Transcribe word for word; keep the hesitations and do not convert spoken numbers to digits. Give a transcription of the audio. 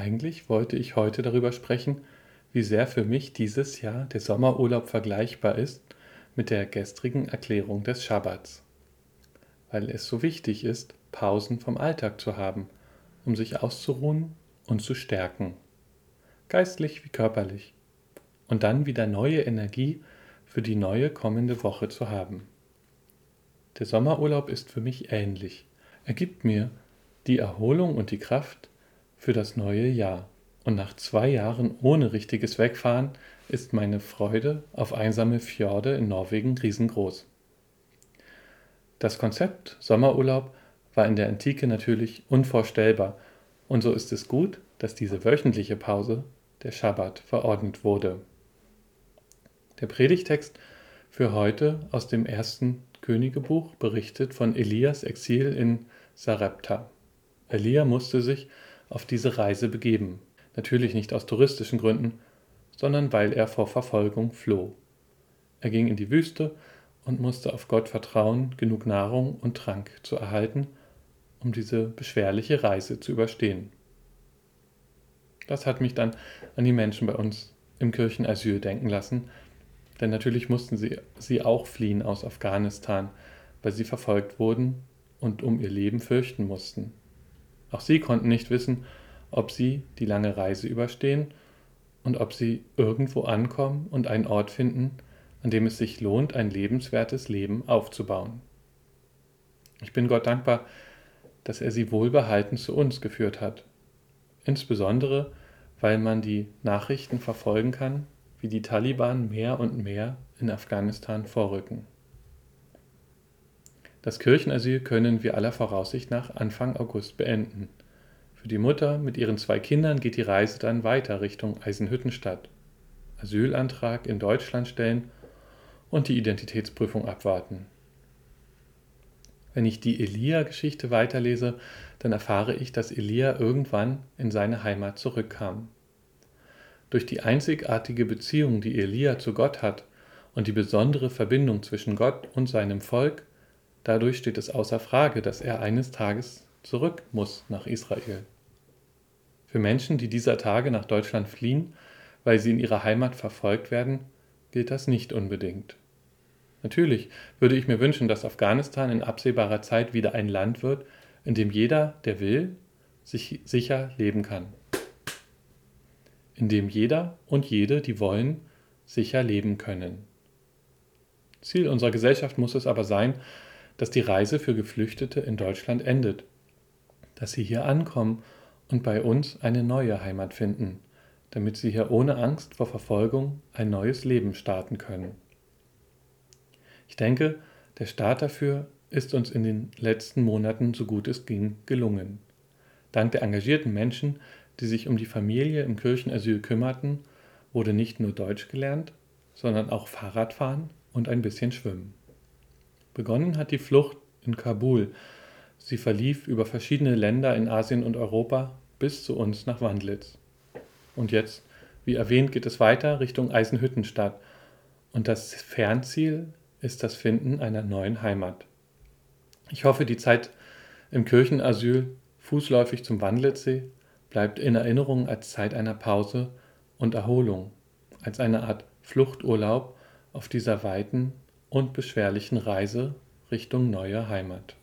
Eigentlich wollte ich heute darüber sprechen, wie sehr für mich dieses Jahr der Sommerurlaub vergleichbar ist mit der gestrigen Erklärung des Schabbats, weil es so wichtig ist, Pausen vom Alltag zu haben, um sich auszuruhen und zu stärken, geistlich wie körperlich, und dann wieder neue Energie für die neue kommende Woche zu haben. Der Sommerurlaub ist für mich ähnlich. Er gibt mir die Erholung und die Kraft für das neue Jahr. Und nach zwei Jahren ohne richtiges Wegfahren ist meine Freude auf einsame Fjorde in Norwegen riesengroß. Das Konzept Sommerurlaub war in der Antike natürlich unvorstellbar, und so ist es gut, dass diese wöchentliche Pause, der Schabbat, verordnet wurde. Der Predigtext für heute aus dem ersten Königebuch berichtet von Elias Exil in Sarepta. Elia musste sich auf diese Reise begeben, natürlich nicht aus touristischen Gründen, sondern weil er vor Verfolgung floh. Er ging in die Wüste und musste auf Gott vertrauen, genug Nahrung und Trank zu erhalten, um diese beschwerliche Reise zu überstehen. Das hat mich dann an die Menschen bei uns im Kirchenasyl denken lassen, denn natürlich mussten sie, sie auch fliehen aus Afghanistan, weil sie verfolgt wurden und um ihr Leben fürchten mussten. Auch sie konnten nicht wissen, ob sie die lange Reise überstehen und ob sie irgendwo ankommen und einen Ort finden, an dem es sich lohnt, ein lebenswertes Leben aufzubauen. Ich bin Gott dankbar, dass er sie wohlbehalten zu uns geführt hat. Insbesondere, weil man die Nachrichten verfolgen kann, wie die Taliban mehr und mehr in Afghanistan vorrücken. Das Kirchenasyl können wir aller Voraussicht nach Anfang August beenden. Für die Mutter mit ihren zwei Kindern geht die Reise dann weiter Richtung Eisenhüttenstadt. Asylantrag in Deutschland stellen und die Identitätsprüfung abwarten. Wenn ich die Elia-Geschichte weiterlese, dann erfahre ich, dass Elia irgendwann in seine Heimat zurückkam. Durch die einzigartige Beziehung, die Elia zu Gott hat und die besondere Verbindung zwischen Gott und seinem Volk, dadurch steht es außer Frage, dass er eines Tages zurück muss nach Israel. Für Menschen, die dieser Tage nach Deutschland fliehen, weil sie in ihrer Heimat verfolgt werden, gilt das nicht unbedingt. Natürlich würde ich mir wünschen, dass Afghanistan in absehbarer Zeit wieder ein Land wird, in dem jeder, der will, sich sicher leben kann. In dem jeder und jede, die wollen, sicher leben können. Ziel unserer Gesellschaft muss es aber sein, dass die Reise für Geflüchtete in Deutschland endet, dass sie hier ankommen und bei uns eine neue Heimat finden, damit sie hier ohne Angst vor Verfolgung ein neues Leben starten können. Ich denke, der Start dafür ist uns in den letzten Monaten, so gut es ging, gelungen. Dank der engagierten Menschen, die sich um die Familie im Kirchenasyl kümmerten, wurde nicht nur Deutsch gelernt, sondern auch Fahrradfahren und ein bisschen Schwimmen. Begonnen hat die Flucht in Kabul. Sie verlief über verschiedene Länder in Asien und Europa bis zu uns nach Wandlitz. Und jetzt, wie erwähnt, geht es weiter Richtung Eisenhüttenstadt. Und das Fernziel ist das Finden einer neuen Heimat. Ich hoffe, die Zeit im Kirchenasyl, fußläufig zum Wandlitzsee, bleibt in Erinnerung als Zeit einer Pause und Erholung, als eine Art Fluchturlaub auf dieser weiten und beschwerlichen Reise Richtung neue Heimat.